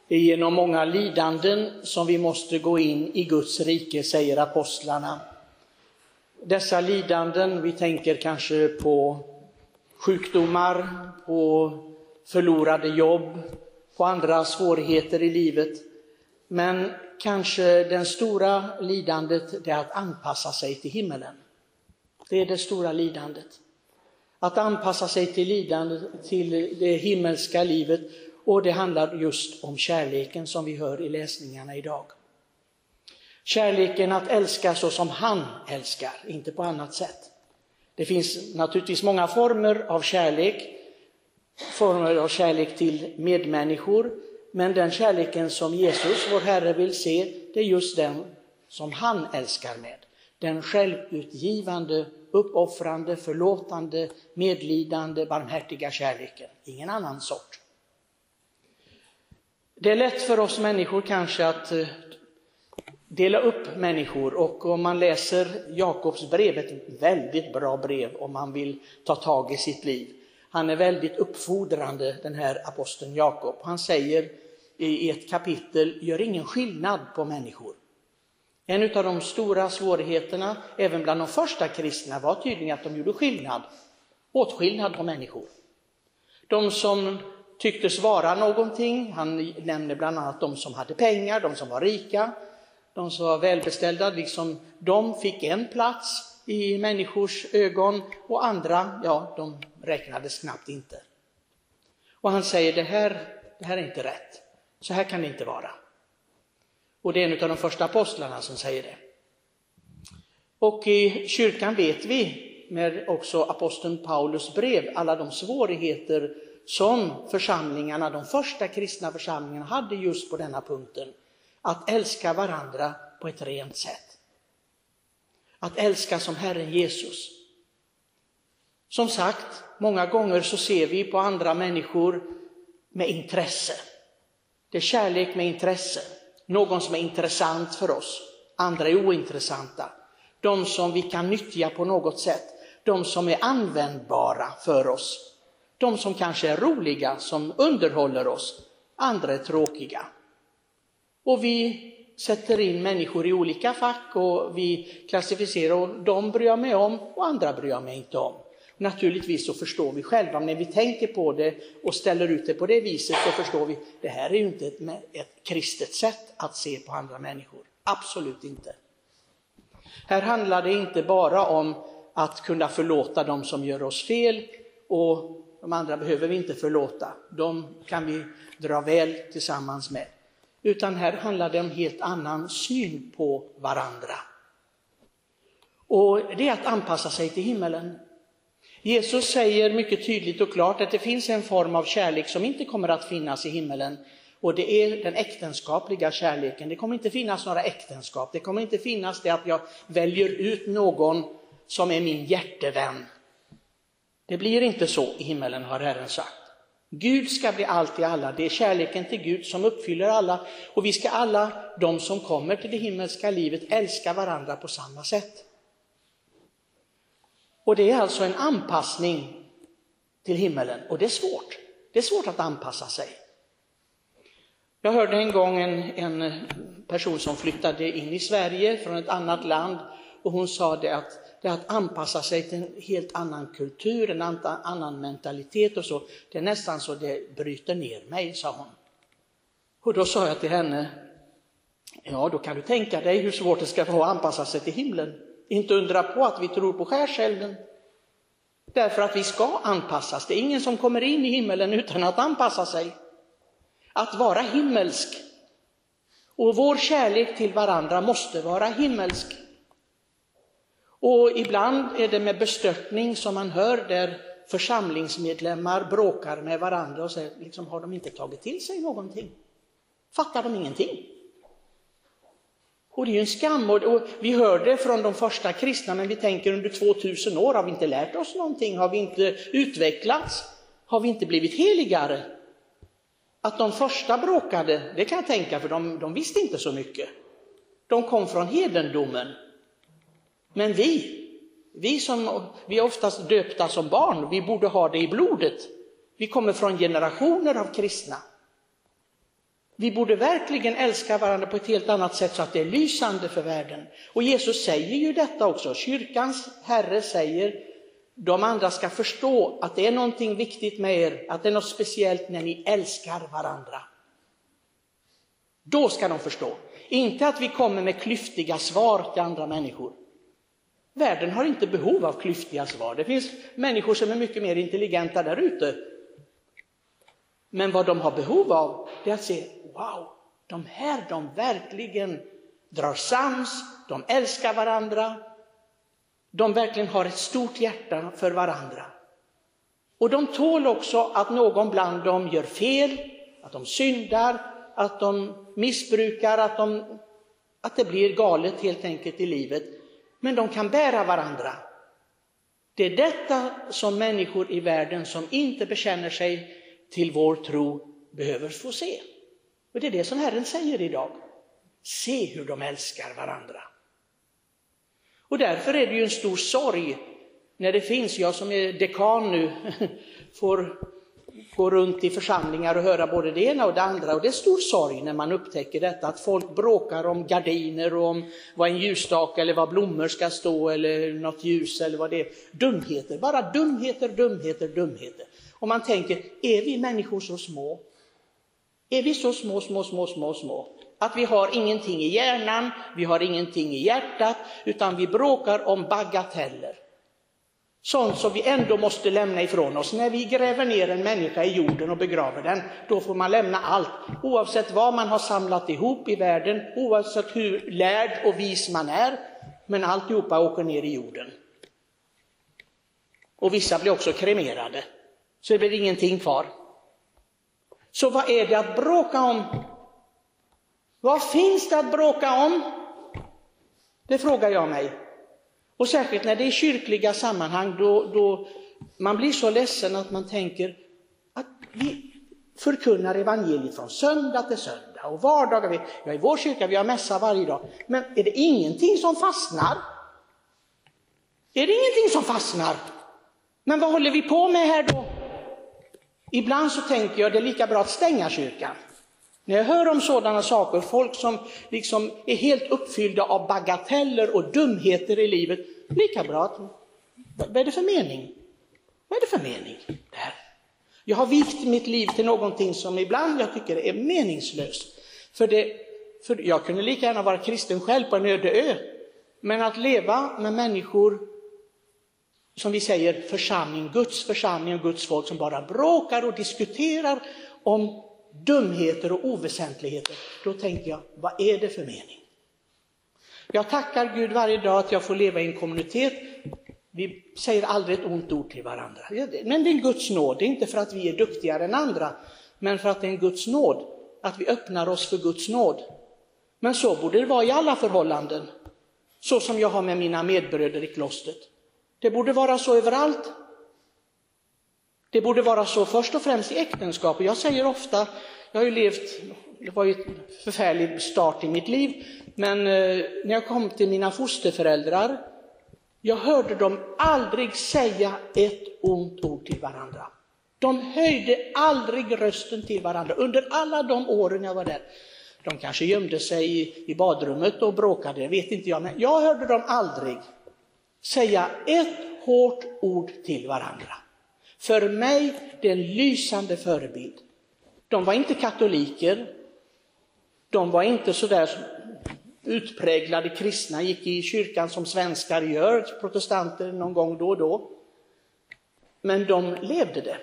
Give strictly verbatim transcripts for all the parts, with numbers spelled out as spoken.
Det är genom många lidanden som vi måste gå in i Guds rike, säger apostlarna. Dessa lidanden, vi tänker kanske på sjukdomar, på förlorade jobb, på andra svårigheter i livet. Men kanske den stora lidandet är att anpassa sig till himmelen. Det är det stora lidandet. Att anpassa sig till lidandet, till det himmelska livet. Och det handlar just om kärleken som vi hör i läsningarna idag. Kärleken att älska så som han älskar, inte på annat sätt. Det finns naturligtvis många former av kärlek. Former av kärlek till medmänniskor. Men den kärleken som Jesus, vår Herre, vill se, det är just den som han älskar med. Den självutgivande, uppoffrande, förlåtande, medlidande, barmhärtiga kärleken. Ingen annan sort. Det är lätt för oss människor kanske att dela upp människor, och om man läser Jakobs brev, ett väldigt bra brev om man vill ta tag i sitt liv. Han är väldigt uppfordrande, den här aposteln Jakob. Han säger i ett kapitel, gör ingen skillnad på människor. En av de stora svårigheterna, även bland de första kristna, var tydligen att de gjorde skillnad, åtskillnad på människor. De som tycktes vara någonting, han nämner bland annat de som hade pengar, de som var rika, de som var välbeställda, liksom de fick en plats i människors ögon, och andra, ja, de räknades knappt inte. Och han säger, det här, det här är inte rätt. Så här kan det inte vara. Och det är en av de första apostlarna som säger det. Och i kyrkan vet vi, med också aposteln Paulus brev, alla de svårigheter som församlingarna, de första kristna församlingarna, hade just på denna punkten. Att älska varandra på ett rent sätt. Att älska som Herren Jesus. Som sagt, många gånger så ser vi på andra människor med intresse. Det är kärlek med intresse. Någon som är intressant för oss. Andra är ointressanta. De som vi kan nyttja på något sätt. De som är användbara för oss. De som kanske är roliga, som underhåller oss. Andra är tråkiga. Och vi sätter in människor i olika fack och vi klassificerar, och de bryr jag mig om och andra bryr jag mig inte om. Naturligtvis så förstår vi själva, när vi tänker på det och ställer ut det på det viset, så förstår vi, det här är ju inte ett, ett kristet sätt att se på andra människor. Absolut inte. Här handlar det inte bara om att kunna förlåta de som gör oss fel, och de andra behöver vi inte förlåta. De kan vi dra väl tillsammans med. Utan här handlar det om helt annan syn på varandra. Och det är att anpassa sig till himmelen. Jesus säger mycket tydligt och klart att det finns en form av kärlek som inte kommer att finnas i himmelen. Och det är den äktenskapliga kärleken. Det kommer inte finnas några äktenskap. Det kommer inte finnas det att jag väljer ut någon som är min hjärtevän. Det blir inte så i himmelen, har Herren sagt. Gud ska bli allt i alla. Det är kärleken till Gud som uppfyller alla. Och vi ska alla, de som kommer till det himmelska livet, älska varandra på samma sätt. Och det är alltså en anpassning till himmelen. Och det är svårt. Det är svårt att anpassa sig. Jag hörde en gång en, en person som flyttade in i Sverige från ett annat land. Och hon sa det att det är att anpassa sig till en helt annan kultur, en annan mentalitet och så. Det är nästan så det bryter ner mig, sa hon. Och då sa jag till henne, ja, då kan du tänka dig hur svårt det ska vara att anpassa sig till himlen. Inte undra på att vi tror på skärselden. Därför att vi ska anpassas. Det är ingen som kommer in i himmelen utan att anpassa sig. Att vara himmelsk. Och vår kärlek till varandra måste vara himmelsk. Och ibland är det med bestörtning som man hör där församlingsmedlemmar bråkar med varandra och säger, liksom, har de inte tagit till sig någonting? Fattar de ingenting? Och det är ju en skam, och, och vi hör det från de första kristna, men vi tänker under tvåtusen år har vi inte lärt oss någonting, har vi inte utvecklats, har vi inte blivit heligare? Att de första bråkade, det kan jag tänka, för de, de visste inte så mycket. De kom från hedendomen. Men vi, vi som vi är oftast döpta som barn, vi borde ha det i blodet. Vi kommer från generationer av kristna. Vi borde verkligen älska varandra på ett helt annat sätt så att det är lysande för världen. Och Jesus säger ju detta också. Kyrkans Herre säger, de andra ska förstå att det är någonting viktigt med er, att det är något speciellt när ni älskar varandra. Då ska de förstå. Inte att vi kommer med klyftiga svar till andra människor. Världen har inte behov av klyftiga svar. Det finns människor som är mycket mer intelligenta där ute. Men vad de har behov av är att se, wow, de här de verkligen drar sams, de älskar varandra. De verkligen har ett stort hjärta för varandra. Och de tål också att någon bland dem gör fel, att de syndar, att de missbrukar, att, de, att det blir galet helt enkelt i livet. Men de kan bära varandra. Det är detta som människor i världen som inte bekänner sig till vår tro behöver få se. Och det är det som Herren säger idag. Se hur de älskar varandra. Och därför är det ju en stor sorg när det finns, jag som är dekan nu får gå runt i församlingar och höra både det ena och det andra. Och det är stor sorg när man upptäcker detta, att folk bråkar om gardiner och om vad en ljusstake eller vad blommor ska stå eller något ljus eller vad det är. Dumheter, bara dumheter, dumheter, dumheter. Och man tänker, är vi människor så små? Är vi så små, små, små, små, små? Att vi har ingenting i hjärnan, vi har ingenting i hjärtat, utan vi bråkar om bagateller. Sånt som vi ändå måste lämna ifrån oss. När vi gräver ner en människa i jorden och begraver den, då får man lämna allt. Oavsett vad man har samlat ihop i världen, oavsett hur lärd och vis man är, men alltihopa åker ner i jorden. Och vissa blir också kremerade, så det blir ingenting kvar. Så vad är det att bråka om? Vad finns det att bråka om? Det frågar jag mig. Och särskilt när det är kyrkliga sammanhang, då, då man blir så ledsen att man tänker att vi förkunnar evangeliet från söndag till söndag och vardagar. Vi, ja, i vår kyrka vi har mässa varje dag. Men är det ingenting som fastnar? Är det ingenting som fastnar? Men vad håller vi på med här då? Ibland så tänker jag det är lika bra att stänga kyrkan. När jag hör om sådana saker, folk som liksom är helt uppfyllda av bagateller och dumheter i livet, lika bra att, vad är det för mening? Vad är det för mening? Det här. Jag har vikt mitt liv till någonting som ibland jag tycker är meningslöst. För, det, för jag kunde lika gärna vara kristen själv på en öde ö. Men att leva med människor, som vi säger, församling, Guds församling och Guds folk som bara bråkar och diskuterar om dumheter och oväsentligheter, då tänker jag, vad är det för mening? Jag tackar Gud varje dag att jag får leva i en kommunitet. Vi säger aldrig ett ont ord till varandra. Men det är en Guds nåd. Det är inte för att vi är duktigare än andra, men för att det är en Guds nåd. Att vi öppnar oss för Guds nåd. Men så borde det vara i alla förhållanden. Så som jag har med mina medbröder i klostret. Det borde vara så överallt. Det borde vara så först och främst i äktenskap. Jag säger ofta, jag har ju levt, det var ju en förfärlig start i mitt liv, men när jag kom till mina fosterföräldrar, jag hörde dem aldrig säga ett ont ord till varandra. De höjde aldrig rösten till varandra under alla de åren jag var där. De kanske gömde sig i, i badrummet och bråkade, vet inte jag, men jag hörde dem aldrig säga ett hårt ord till varandra. För mig det är en lysande förebild. De var inte katoliker. De var inte så där utpräglade kristna, gick i kyrkan som svenskar gör, protestanter någon gång då och då. Men de levde det.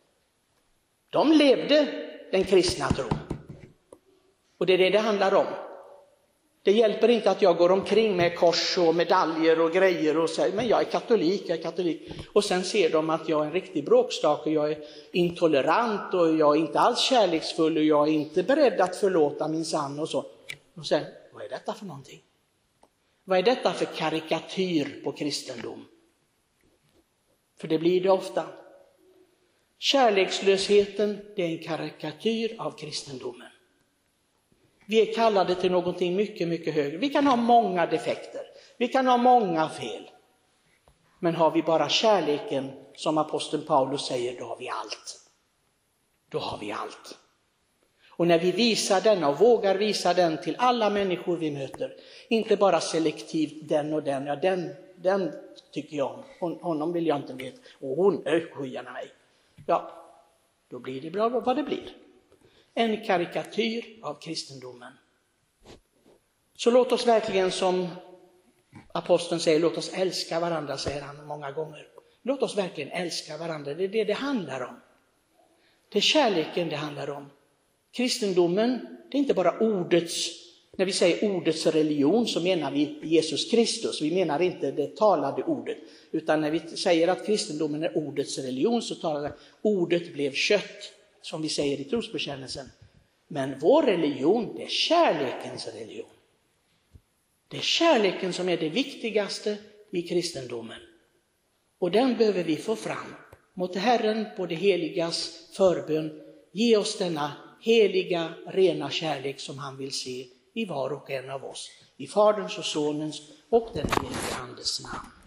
De levde den kristna tron. Och det är det det handlar om. Det hjälper inte att jag går omkring med kors och medaljer och grejer och säger, men jag är katolik, jag är katolik. Och sen ser de att jag är en riktig bråkstake, jag är intolerant och jag är inte alls kärleksfull och jag är inte beredd att förlåta min sann och så. Och sen, vad är detta för någonting? Vad är detta för karikatyr på kristendom? För det blir det ofta. Kärlekslösheten, det är en karikatyr av kristendomen. Vi är kallade till någonting mycket, mycket högre. Vi kan ha många defekter. Vi kan ha många fel. Men har vi bara kärleken, som aposteln Paulus säger, då har vi allt. Då har vi allt. Och när vi visar den och vågar visa den till alla människor vi möter, inte bara selektivt den och den, ja den, den tycker jag om, Hon, honom vill jag inte veta, och hon öskyar mig. Ja, då blir det bra vad det blir. En karikatyr av kristendomen. Så låt oss verkligen, som aposteln säger, låt oss älska varandra, säger han många gånger. Låt oss verkligen älska varandra, det är det det handlar om. Det är kärleken det handlar om. Kristendomen, det är inte bara ordets, när vi säger ordets religion så menar vi Jesus Kristus. Vi menar inte det talade ordet, utan när vi säger att kristendomen är ordets religion så talar det ordet blev kött, som vi säger i trosbekännelsen. Men vår religion, det är kärlekens religion. Det är kärleken som är det viktigaste i kristendomen. Och den behöver vi få fram. Måtte Herren på det heligas förbön ge oss denna heliga, rena kärlek som han vill se i var och en av oss. I Faderns och Sonens och den helige Andes namn.